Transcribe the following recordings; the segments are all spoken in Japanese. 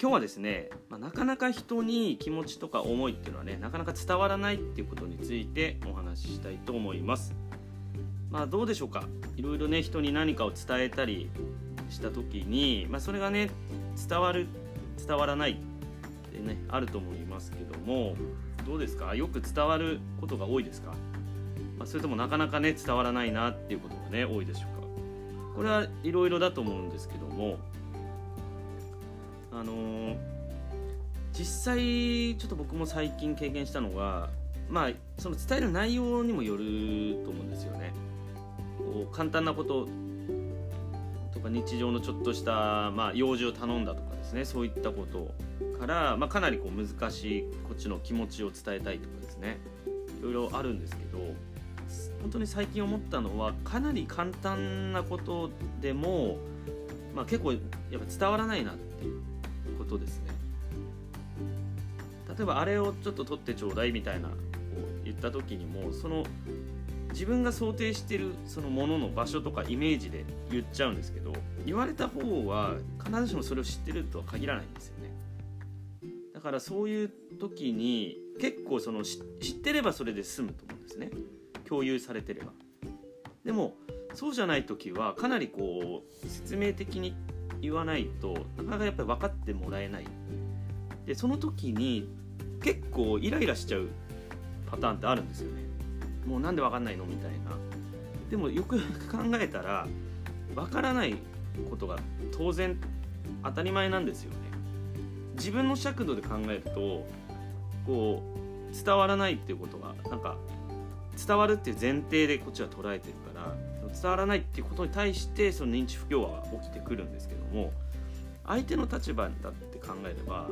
今日はですね、なかなか人に気持ちとか思いっていうのはねなかなか伝わらないっていうことについてお話ししたいと思います。どうでしょうか。いろいろね人に何かを伝えたりした時に、それがね伝わる伝わらないってねあると思いますけども、どうですか。よく伝わることが多いですか。それともなかなかね伝わらないなっていうことがね多いでしょうか。これはいろいろだと思うんですけども、実際ちょっと僕も最近経験したのが、その伝える内容にもよると思うんですよね。こう簡単なこととか日常のちょっとした、用事を頼んだとかですね、そういったことから、かなりこう難しいこっちの気持ちを伝えたいとかですね、いろいろあるんですけど、本当に最近思ったのはかなり簡単なことでも、結構やっぱ伝わらないなっていうことですね。例えばあれをちょっと取ってちょうだいみたいなこう言った時にも、その自分が想定しているそのものの場所とかイメージで言っちゃうんですけど、言われた方は必ずしもそれを知ってるとは限らないんですよね。だからそういう時に結構その知ってればそれで済むと思うんですね。共有されてれば。でもそうじゃない時はかなりこう説明的に言わないとなかなかやっぱり分かってもらえない。でその時に結構イライラしちゃうパターンってあるんですよね。もうなんで分かんないのみたいな。でもよく考えたら分からないことが当然当たり前なんですよね。自分の尺度で考えるとこう伝わらないっていうことがなんか伝わるっていう前提でこっちは捉えてるから、伝わらないっていうことに対してその認知不協和が起きてくるんですけども、相手の立場だって考えれば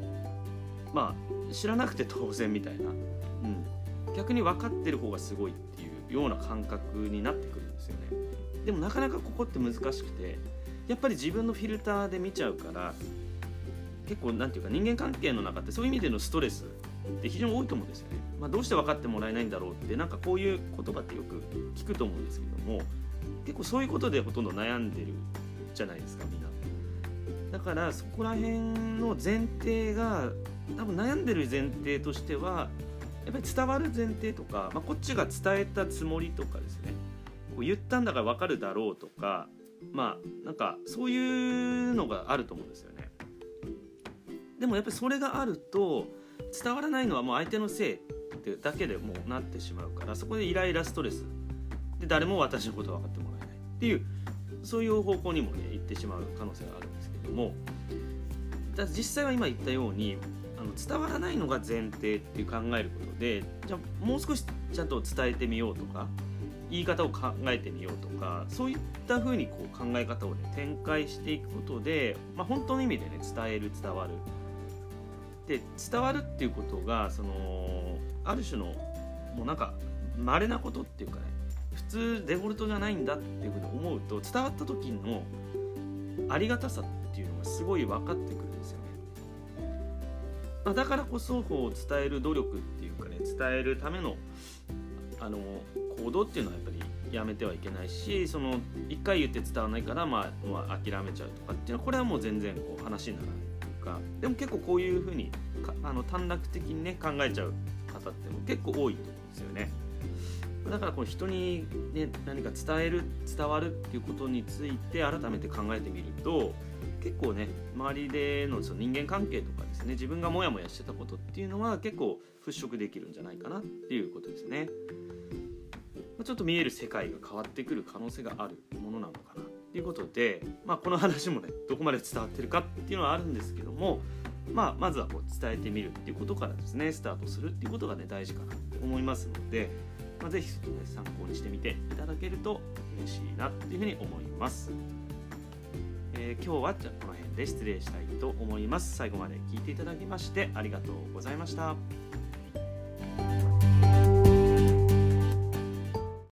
知らなくて当然みたいな、逆に分かってる方がすごいっていうような感覚になってくるんですよね。でもなかなかここって難しくて、やっぱり自分のフィルターで見ちゃうから、結構なんていうか人間関係の中ってそういう意味でのストレスって非常に多いと思うんですよね。どうして分かってもらえないんだろうってなんかこういう言葉ってよく聞くと思うんですけども、結構そういうことでほとんど悩んでるじゃないですかみんな。だからそこら辺の前提が多分悩んでる前提としてはやっぱり伝わる前提とか、こっちが伝えたつもりとかですね、こう言ったんだから分かるだろうとか、なんかそういうのがあると思うんですよね。でもやっぱりそれがあると伝わらないのはもう相手のせいってだけでもうなってしまうから、そこでイライラストレスで誰も私のことを分かってもらえないっていう、そういう方向にもね行ってしまう可能性があるんですけども、実際は今言ったように伝わらないのが前提っていう考えることで、じゃあもう少しちゃんと伝えてみようとか言い方を考えてみようとか、そういった風にこう考え方を、展開していくことで、本当の意味でね伝える伝わるで、伝わるっていうことがそのある種のもうなんか稀なことっていうかね、普通デフォルトじゃないんだっていうふうに思うと、伝わった時のありがたさっていうのがすごい分かってくるんですよね。だからこそこう伝える努力っていうかね、伝えるための行動っていうのはやっぱりやめてはいけないし、その一回言って伝わらないから諦めちゃうとかっていうのはこれはもう全然こう話にならないっていうか、でも結構こういうふうに短絡的にね考えちゃう方っても結構多いと思うんですよね。だからこの人に、何か伝わるっていうことについて改めて考えてみると、結構ね周りでのその人間関係とかですね、自分がモヤモヤしてたことっていうのは結構払拭できるんじゃないかなっていうことですね。ちょっと見える世界が変わってくる可能性があるものなのかなっていうことで、この話もねどこまで伝わってるかっていうのはあるんですけども、まずはこう伝えてみるっていうことからですねスタートするっていうことがね大事かなって思いますので、ぜひちょっとね参考にしてみていただけると嬉しいなっていうふうに思います。今日はじゃあこの辺で失礼したいと思います。最後まで聞いていただきましてありがとうございました。